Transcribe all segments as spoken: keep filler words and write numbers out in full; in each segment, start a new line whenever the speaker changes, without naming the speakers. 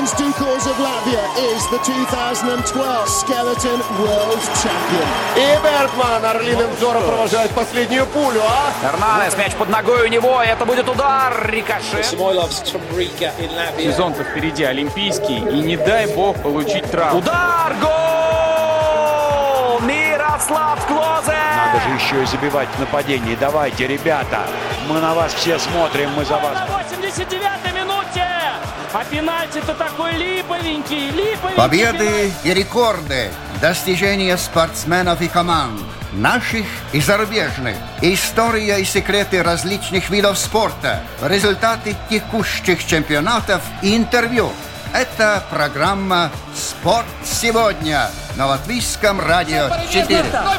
Martins Dukals of Latvia is the two thousand twelve Skeleton World Champion.
И Бергман, орлиным взором провожает последнюю пулю, а?
Эрнанес, мяч под ногой у него, это будет удар, рикошет.
Сезон-то впереди олимпийский, и не дай бог получить травму.
Удар, гол! Мирослав Клозе!
Надо же еще и забивать в нападении. Давайте, ребята, мы на вас все смотрим, мы за вас.
На восемьдесят девятой минуте! А пенальти-то такой липовенький, липовенький.
Победы и рекорды, достижения спортсменов и команд, наших и зарубежных, история и секреты различных видов спорта, результаты текущих чемпионатов и интервью. Это программа «Спорт сегодня» на Латвийском радио четыре.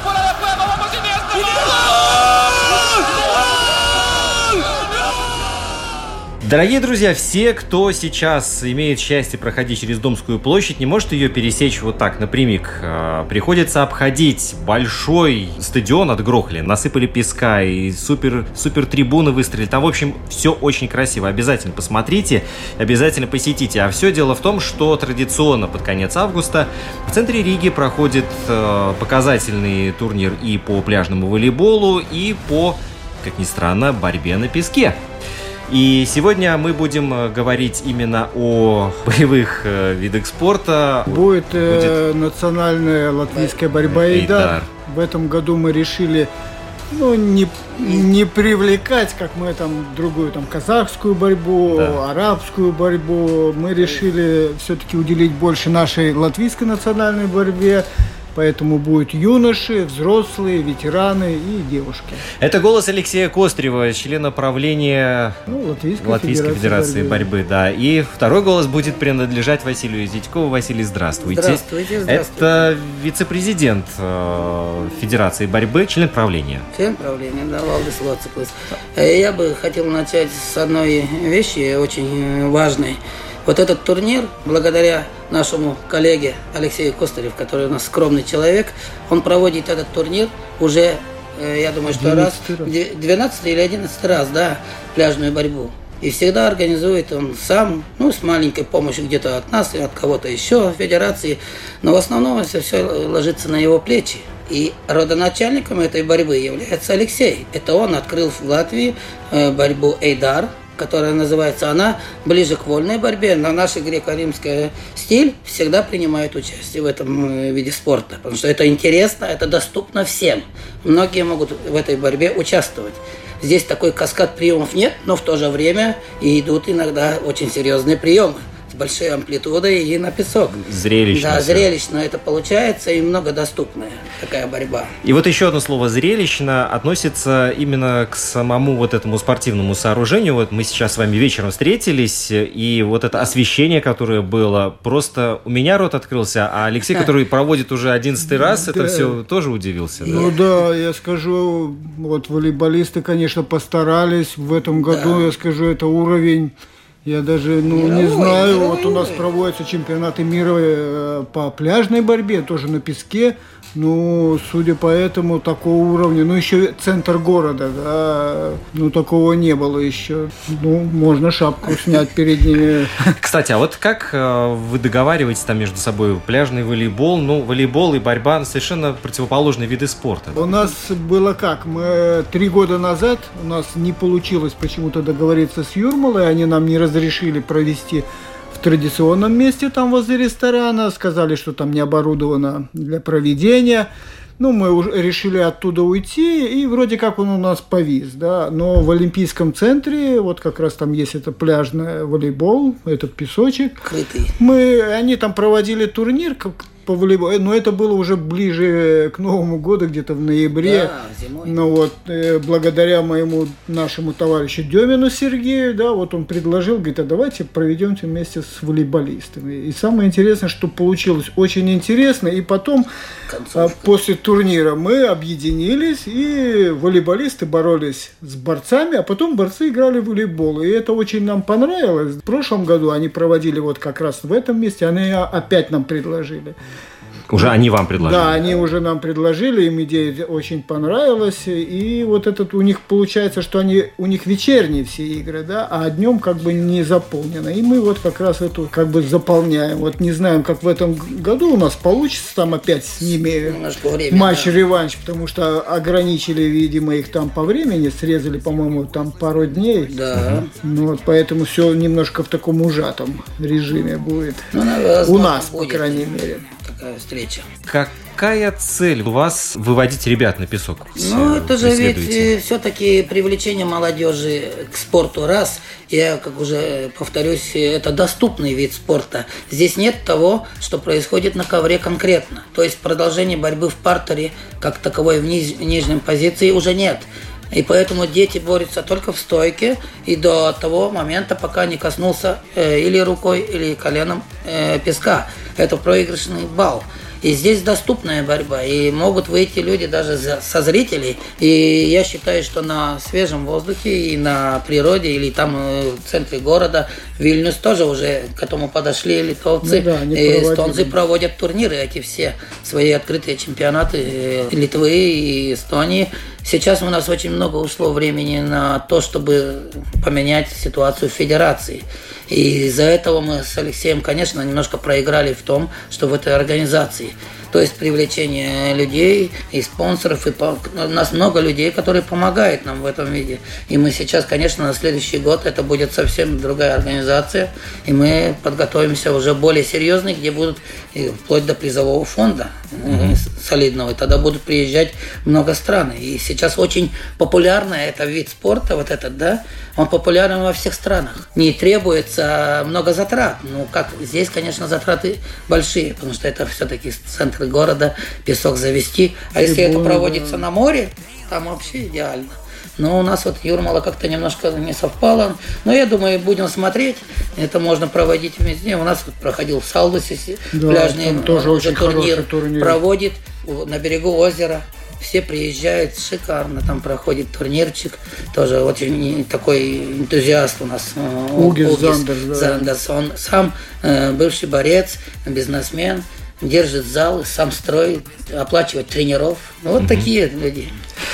Дорогие друзья, все, кто сейчас имеет счастье проходить через Домскую площадь, не может ее пересечь вот так напрямик. Приходится обходить большой стадион, отгрохали, насыпали песка и супер, супер трибуны выстроили. Там, в общем, все очень красиво. Обязательно посмотрите, обязательно посетите. А все дело в том, что традиционно под конец августа в центре Риги проходит показательный турнир и по пляжному волейболу, и по, как ни странно, борьбе на песке. И сегодня мы будем говорить именно о боевых э, видах спорта.
Будет, э, Будет... национальная латвийская борьба «Эйдар». В этом году мы решили ну, не, не привлекать, как мы там другую там казахскую борьбу, да. арабскую борьбу. Мы решили все-таки уделить больше нашей латвийской национальной борьбе. Поэтому будут юноши, взрослые, ветераны и девушки.
Это голос Алексея Кострева, члена правления
ну, Латвийской,
Латвийской Федерации, Федерации борьбы. борьбы. Да. И второй голос будет принадлежать Василию Зятькову. Василий, здравствуйте.
Здравствуйте, здравствуйте.
Это вице-президент э, Федерации борьбы, член правления.
Член правления, да, Валдис Лоцикус. Я бы хотел начать с одной вещи, очень важной. Вот этот турнир, благодаря нашему коллеге Алексею Костареву, который у нас скромный человек, он проводит этот турнир уже, я думаю, что раз, двенадцатый или одиннадцатый раз, да, пляжную борьбу. И всегда организует он сам, ну, с маленькой помощью где-то от нас и от кого-то еще, федерации. Но в основном это все ложится на его плечи. И родоначальником этой борьбы является Алексей. Это он открыл в Латвии борьбу «Эйдар», которая называется, она ближе к вольной борьбе, но наш греко-римский стиль всегда принимает участие в этом виде спорта, потому что это интересно, это доступно всем. Многие могут в этой борьбе участвовать. Здесь такой каскад приемов нет, но в то же время и идут иногда очень серьезные приемы. Большой амплитудой и на песок.
Зрелищно.
Да, зрелищно это получается и многодоступная такая борьба.
И вот еще одно слово «зрелищно» относится именно к самому вот этому спортивному сооружению. Вот мы сейчас с вами вечером встретились, и вот это освещение, которое было, просто у меня рот открылся, а Алексей, который проводит уже одиннадцатый раз, это все тоже удивился.
Ну да, я скажу, вот волейболисты, конечно, постарались в этом году, я скажу, это уровень. Я даже ну, мировой, не знаю, мировой. Вот у нас проводятся чемпионаты мира по пляжной борьбе, тоже на песке. Ну, судя по этому, такого уровня, ну, еще центр города, да, ну, такого не было еще. Ну, можно шапку снять перед ними.
Кстати, а вот как вы договариваетесь там между собой? Пляжный волейбол, ну, волейбол и борьба совершенно противоположные виды спорта.
У нас было как? Мы три года назад, у нас не получилось почему-то договориться с Юрмалой, они нам не разрешили провести в традиционном месте там возле ресторана, сказали, что там не оборудовано для проведения. Ну, мы уже решили оттуда уйти, и вроде как он у нас повис, да. Но в Олимпийском центре, вот как раз там есть это пляжный волейбол, этот песочек.
Крытый.
Мы, они там проводили турнир, как по волейболу, но это было уже ближе к Новому году, где-то в ноябре.
Да, зимой.
Ну вот, э, благодаря моему нашему товарищу Демину Сергею, да, вот он предложил, говорит, а давайте проведемте вместе с волейболистами. И самое интересное, что получилось очень интересно, и потом, а, после турнира мы объединились, и волейболисты боролись с борцами, а потом борцы играли в волейбол, и это очень нам понравилось. В прошлом году они проводили вот как раз в этом месте, они опять нам предложили.
Уже они вам предложили?
Да, они уже нам предложили, им идея очень понравилась. И вот этот у них получается, что они, у них вечерние все игры, да, а днем как бы не заполнено. И мы вот как раз эту как бы заполняем. Вот не знаем, как в этом году у нас получится там опять с ними матч-реванш, да. Потому что ограничили, видимо, их там по времени, срезали, по-моему, там пару дней.
Да.
Ну, вот поэтому все немножко в таком ужатом режиме будет. Ну, наверное, у нас, по крайней мере.
Такая встреча.
Какая цель у вас выводить ребят на песок?
Ну, это же ведь все-таки привлечение молодежи к спорту. Раз, я, как уже повторюсь, это доступный вид спорта. Здесь нет того, что происходит на ковре конкретно. То есть продолжение борьбы в партере, как таковой в ниж- нижней позиции, уже нет. И поэтому дети борются только в стойке и до того момента, пока не коснулся э, или рукой, или коленом э, песка. Это проигрышный балл. И здесь доступная борьба, и могут выйти люди даже за, со зрителей. И я считаю, что на свежем воздухе и на природе, или там в центре города, Вильнюс тоже уже к этому подошли литовцы. Ну да, и эстонцы проводят турниры, эти все свои открытые чемпионаты Литвы и Эстонии. Сейчас у нас очень много ушло времени на то, чтобы поменять ситуацию в федерации. И из-за этого мы с Алексеем, конечно, немножко проиграли в том, что в этой организации. То есть привлечение людей и спонсоров. И по... У нас много людей, которые помогают нам в этом виде. И мы сейчас, конечно, на следующий год это будет совсем другая организация. И мы подготовимся уже более серьезно, где будут вплоть до призового фонда mm-hmm. солидного. И тогда будут приезжать много стран. И сейчас очень популярный это вид спорта, вот этот, да, он популярен во всех странах. Не требуется много затрат. Ну, как здесь, конечно, затраты большие, потому что это все-таки центр города, песок завести. А если это проводится на море, там вообще идеально. Но у нас вот Юрмала как-то немножко не совпало. Но я думаю, будем смотреть. Это можно проводить везде. У нас вот проходил в Салдусе, да, пляжный тоже очень турнир, турнир проводит на берегу озера. Все приезжают, шикарно, там проходит турнирчик. Тоже очень такой энтузиаст у нас.
Угис, Угис Зандерс, да.
Зандерс. Он сам э, бывший борец, бизнесмен, держит зал, сам строит, оплачивает тренеров. Ну, вот угу. такие люди.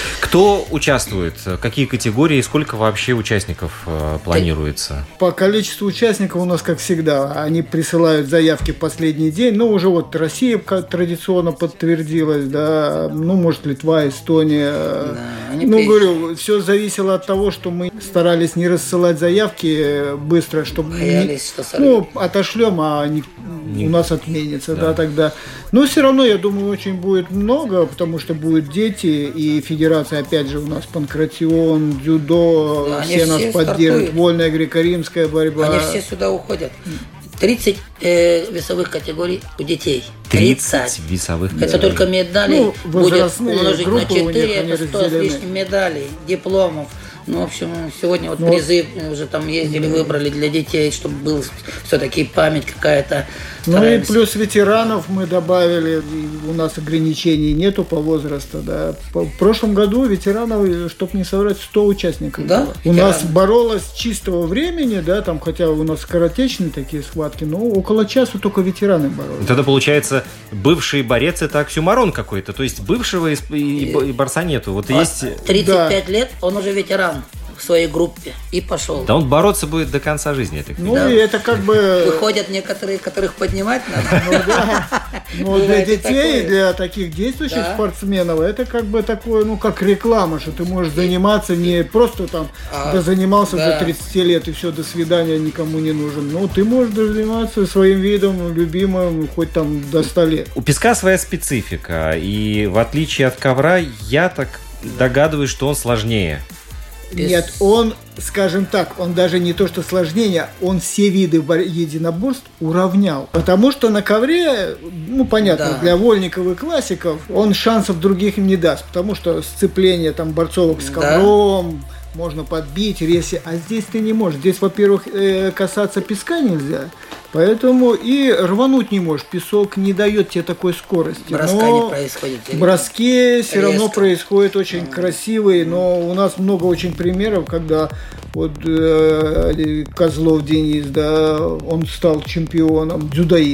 Кто участвует? Какие категории и сколько вообще участников э, планируется?
По количеству участников у нас, как всегда, они присылают заявки в последний день. Ну, уже вот Россия традиционно подтвердилась, да, ну, может, Литва, Эстония. Да, ну, при... говорю, все зависело от того, что мы старались не рассылать заявки быстро, чтобы
Боялись,
не, что ну, отошлем, а не, не... у нас отменится, да. да, тогда. Но все равно, я думаю, очень будет много, потому что будут дети и федерация, опять же, у нас панкратион, дзюдо, да, все нас все поддерживают, стартуют. Вольная греко-римская борьба.
Они все сюда уходят. тридцать э, весовых категорий у детей.
тридцать весовых
категорий. Это только медали. Ну, будет умножить на четыре, это сто с лишним медалей, дипломов. Ну, в общем, сегодня вот ну, призы уже там ездили, выбрали для детей, чтобы был все-таки память какая-то.
Ну стараемся. И плюс ветеранов мы добавили, у нас ограничений нету по возрасту, да. В прошлом году ветеранов, чтобы не соврать, сто участников
да?
было. У нас боролось с чистого времени, да, там, хотя у нас скоротечные такие схватки, но около часа только ветераны боролись.
Тогда получается, бывший борец это оксюмарон какой-то, то есть бывшего и, и, и борца нету. Вот есть...
тридцать пять да. лет, он уже ветеран в своей группе и пошел.
Да он бороться будет до конца жизни. Я так
ну
да.
и это как бы...
Выходят некоторые, которых поднимать надо.
Ну да. Но для детей, для таких действующих спортсменов, это как бы такое, ну как реклама, что ты можешь заниматься не просто там, да занимался до тридцати лет и все, до свидания, никому не нужен. Ну ты можешь заниматься своим видом, любимым, хоть там до ста лет.
У песка своя специфика, и в отличие от ковра, я так догадываюсь, что он сложнее.
Без... Нет, он, скажем так, он даже не то, что сложнее, он все виды единоборств уравнял. Потому что на ковре, ну, понятно, да. для вольников и классиков он шансов других им не даст. Потому что сцепление там борцовок с ковром, да. можно подбить, рези, а здесь ты не можешь. Здесь, во-первых, касаться песка нельзя. Поэтому и рвануть не можешь. Песок не дает тебе такой скорости.
Броска но не происходит.
Броски все равно происходят очень mm. красивые. Но у нас много очень примеров, когда вот э, Козлов Денис, да, он стал чемпионом, дзюдоист.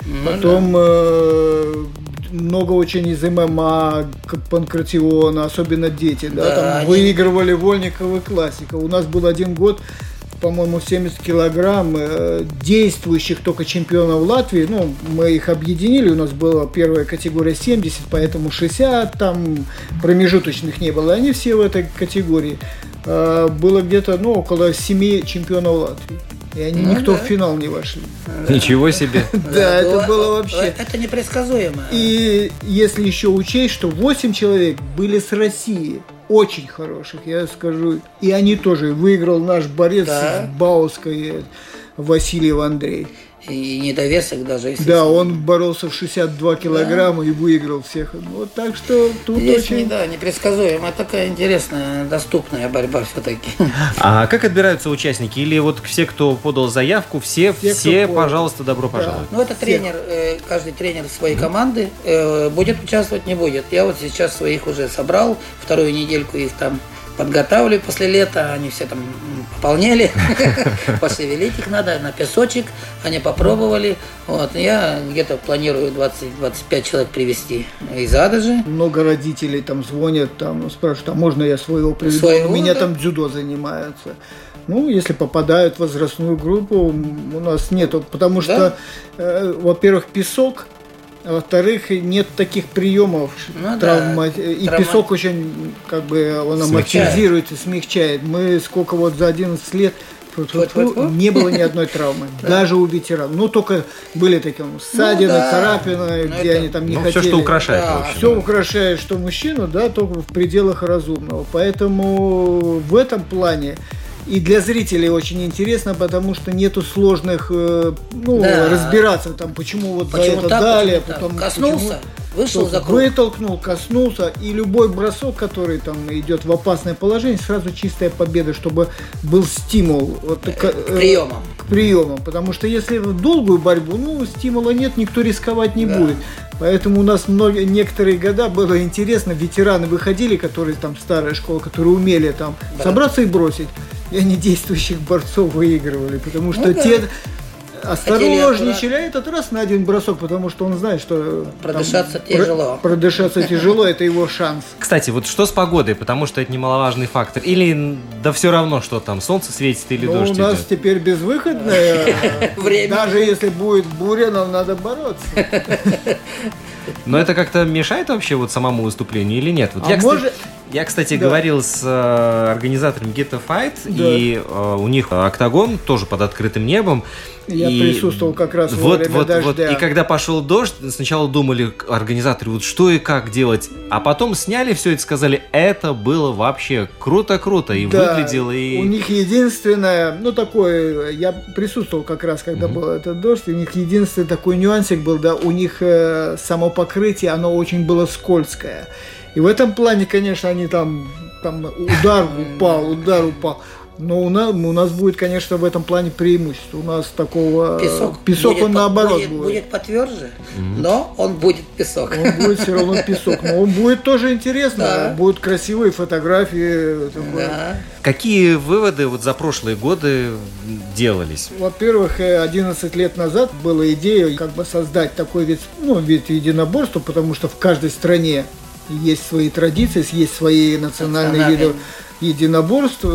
Ну,
Потом... Э, много очень из ММА, панкратиона, особенно дети, да,
Да,
там
они...
выигрывали Вольникова и Классика. У нас был один год, по-моему, семьдесят килограмм э, действующих только чемпионов Латвии. Ну, мы их объединили, у нас была первая категория семьдесят, поэтому шестьдесят, там промежуточных не было. Они все в этой категории. Э, было где-то, ну, около семи чемпионов Латвии. И они ну, никто да. в финал не вошли.
Ничего себе.
Да, это было вообще...
Это непредсказуемо.
И если еще учесть, что восемь человек были с России, очень хороших, я скажу. И они тоже. Выиграл наш борец с Бауской, Васильев Андрей.
И недовесок даже.
Да, он боролся в шестьдесят два килограмма да. и выиграл всех. Вот так что тут
Здесь
очень...
Не, да, непредсказуемая, такая интересная, доступная борьба все-таки.
А как отбираются участники? Или вот все, кто подал заявку, все, все, все пожалуйста, добро да. пожаловать?
Ну, это тренер, каждый тренер своей команды будет участвовать, не будет. Я вот сейчас своих уже собрал, вторую недельку их там подготавливаю после лета, они все там пополнели, пошевелить их надо на песочек, они попробовали. Вот, я где-то планирую двадцать-двадцать пять человек привезти из Адажи.
Много родителей там звонят, там спрашивают, а можно я своего приведу? Своего, у меня да? там дзюдо занимаются. Ну, если попадают в возрастную группу, у нас нету, потому что, да? э, во-первых, песок, а во-вторых, нет таких приемов ну, травма... да. и Травма... песок очень, как бы, он амортизирует и смягчает. Мы сколько вот за одиннадцать лет не было ни одной травмы, даже у ветеранов. Ну, только были такие ссадины, ну, да. царапины, где это... они там не
ну,
хотели.
Все, что украшает.
Да, все украшает, что мужчину, да, только в пределах разумного. Поэтому в этом плане и для зрителей очень интересно, потому что нету сложных, ну, да. разбираться, там, почему вот
почему
за это
так,
дали,
почему
потом
коснулся, вышел за круг.
Вытолкнул, коснулся, и любой бросок, который там идет в опасное положение, сразу чистая победа, чтобы был стимул вот,
к,
к,
к приемам.
К приемам, потому что если в долгую борьбу, ну, стимула нет, никто рисковать не да. будет. Поэтому у нас многие, некоторые года было интересно, ветераны выходили, которые там старая школа, которые умели там да. собраться и бросить. И они действующих борцов выигрывали, потому что ну, те да. осторожничали, а этот раз на один бросок, потому что он знает, что
продышаться там, тяжело.
Про, продышаться тяжело, это его шанс.
Кстати, вот что с погодой, потому что это немаловажный фактор. Или да все равно, что там солнце светит или
ну,
дождь
у нас
идет?
Теперь безвыходное. Даже если будет буря, нам надо бороться.
Но это как-то мешает вообще вот самому выступлению или нет? Вот
а
я,
может...
кстати, я, кстати,
да.
говорил с э, организатором Get a Fight, да. и э, у них октагон тоже под открытым небом.
Я
и
присутствовал как раз
вот,
во время
вот,
дождя.
Вот. И когда пошел дождь, сначала думали организаторы, вот что и как делать, а потом сняли все это, сказали, это было вообще круто-круто, и да, выглядело, и...
у них единственное, ну такое, я присутствовал как раз, когда mm-hmm. был этот дождь, у них единственный такой нюансик был, да, у них э, само покрытие, оно очень было скользкое. И в этом плане, конечно, они там, там удар упал, удар упал. Но у нас, у нас будет, конечно, в этом плане преимущество. У нас такого...
Песок,
песок
будет,
он наоборот
будет.
будет.
Будет потверже, mm-hmm. но он будет песок.
Он будет все равно песок. Но он будет тоже интересно.
Да.
Будут красивые фотографии.
Да.
Какие выводы вот за прошлые годы делались?
Во-первых, одиннадцать лет назад была идея как бы создать такой вид, ну, вид единоборства, потому что в каждой стране есть свои традиции, есть свои национальные виды единоборств,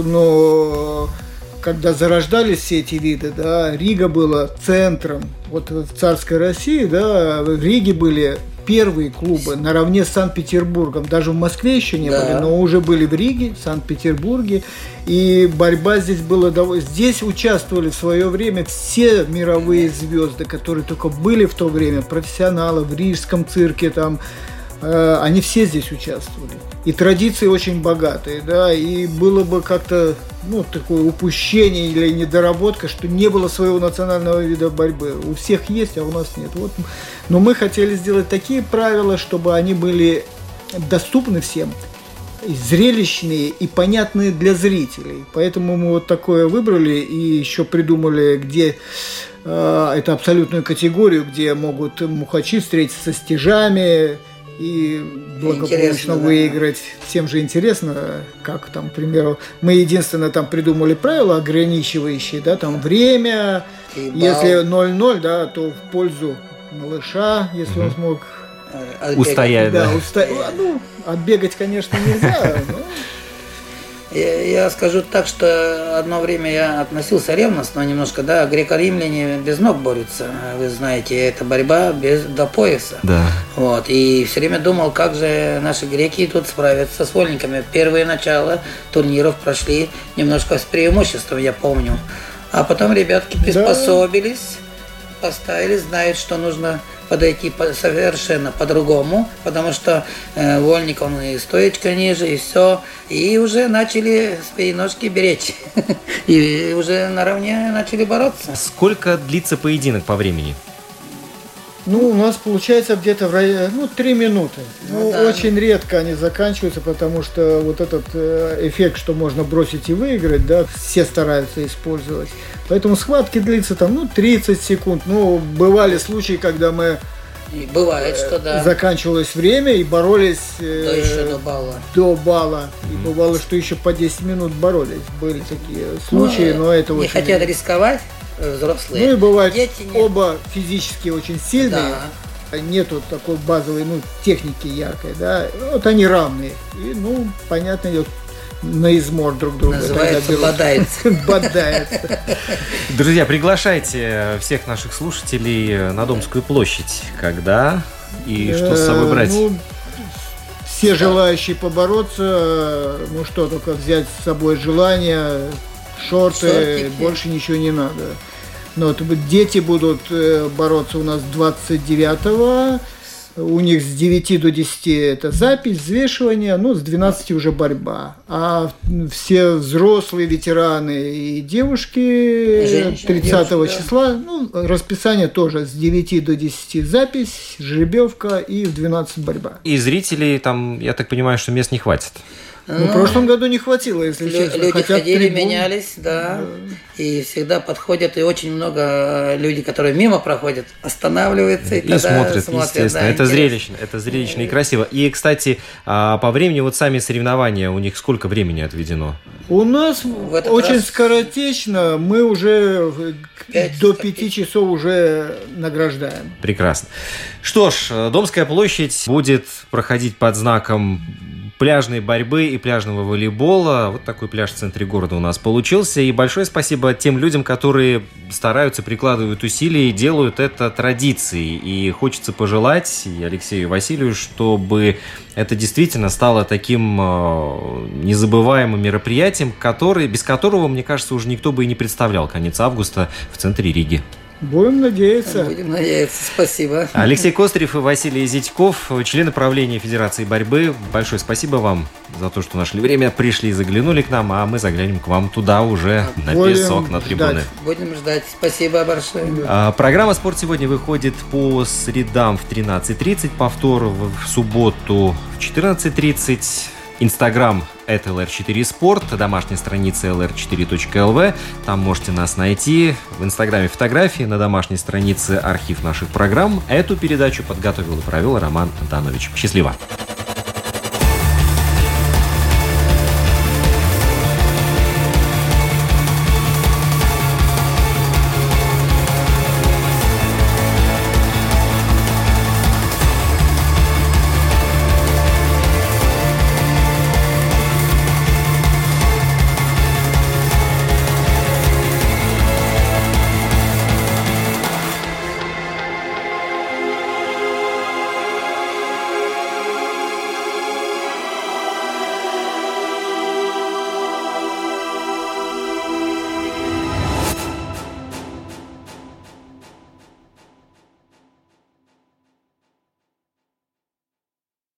но когда зарождались все эти виды, да, Рига была центром, вот в царской России, да, в Риге были первые клубы наравне с Санкт-Петербургом, даже в Москве еще не да. были, но уже были в Риге, в Санкт-Петербурге, и борьба здесь была довольно... Здесь участвовали в свое время все мировые звезды, которые только были в то время, профессионалы в Рижском цирке, там, э, они все здесь участвовали. И традиции очень богатые, да, и было бы как-то, ну, такое упущение или недоработка, что не было своего национального вида борьбы. У всех есть, а у нас нет. Вот. Но мы хотели сделать такие правила, чтобы они были доступны всем, зрелищные и понятные для зрителей. Поэтому мы вот такое выбрали и еще придумали, где э, это абсолютную категорию, где могут мухачи встретиться с тяжами, и благополучно выиграть. Да. Всем же интересно, как там, к примеру, мы единственное там придумали правила ограничивающие, да, там время, и если ноль ноль, да, то в пользу малыша, если mm-hmm. он смог
устоять.
Да, да. Уста... ну, отбегать, конечно, нельзя, но...
Я, я скажу так, что одно время я относился ревностно немножко, да, греко-римляне без ног борются, вы знаете, это борьба без, до пояса.
Да.
Вот, и все время думал, как же наши греки тут справятся с вольниками. Первые начала турниров прошли немножко с преимуществом, я помню. А потом ребятки приспособились, да. поставили, знают, что нужно подойти по, совершенно по-другому, потому что э, вольник, он и стоечка ниже, и все, и уже начали свои ножки беречь, и уже наравне начали бороться.
Сколько длится поединок по времени?
Ну, у нас получается где-то в районе, ну, три минуты. Ну, ну да. Очень редко они заканчиваются, потому что вот этот э, эффект, что можно бросить и выиграть, да, все стараются использовать. Поэтому схватки длится там, ну, тридцать секунд. Ну, бывали случаи, когда мы...
И бывает, э, что да.
Заканчивалось время и боролись... Э,
да еще до балла.
До балла. И бывало, что еще по десять минут боролись. Были такие случаи, ну, но это
не
очень...
Не хотят рисковать. Взрослые.
Ну и бывает,
дети
оба физически очень сильные,
да.
Нету такой базовой, ну, техники яркой, да, вот они равные, и, ну, понятно, идет на измор друг друга.
Называется бодается.
Бодается.
Друзья, приглашайте всех наших слушателей на Домскую площадь. Когда и что с собой брать?
Ну, все желающие побороться, ну что, только взять с собой желание, шорты, Шортики. Больше ничего не надо. Но вот дети будут бороться у нас двадцать девятого. У них с девяти до десяти это запись, взвешивание, ну, с двенадцати уже борьба. А все взрослые ветераны и девушки Женщина, тридцатого девушка, числа, ну, расписание тоже с девяти до десяти запись, жеребьевка и в двенадцать борьба.
И зрителей там, я так понимаю, что мест не хватит.
Ну, в прошлом году не хватило, если
Лю-
честно.
Люди
Хотят
ходили,
трибун.
менялись, да, да, и всегда подходят, и очень много людей, которые мимо проходят, останавливаются и,
и
тогда
смотрят,
смотрят,
естественно.
да,
это
интересно.
зрелищно, это зрелищно и красиво. И, кстати, по времени вот сами соревнования, у них сколько времени отведено?
У нас очень раз... скоротечно, мы уже пять, до пяти часов уже награждаем.
Прекрасно. Что ж, Домская площадь будет проходить под знаком пляжной борьбы и пляжного волейбола. Вот такой пляж в центре города у нас получился. И большое спасибо тем людям, которые стараются, прикладывают усилия и делают это традицией. И хочется пожелать и Алексею и Василию, чтобы это действительно стало таким э, незабываемым мероприятием, который, без которого, мне кажется, уже никто бы и не представлял конец августа в центре Риги.
Будем надеяться.
Будем надеяться. Спасибо.
Алексей Костырев и Василий Зятьков, члены правления Федерации борьбы. Большое спасибо вам за то, что нашли время, пришли и заглянули к нам, а мы заглянем к вам туда уже на Будем песок, на трибуны.
Ждать. Будем ждать. Спасибо большое.
А, программа «Спорт сегодня» выходит по средам в тринадцать тридцать, повтор в субботу в четырнадцать тридцать. Инстаграм это эл эр четыре спорт, домашняя страница эл эр четыре точка эл ви. Там можете нас найти. В Инстаграме фотографии, на домашней странице архив наших программ. Эту передачу подготовил и провел Роман Антонович. Счастливо!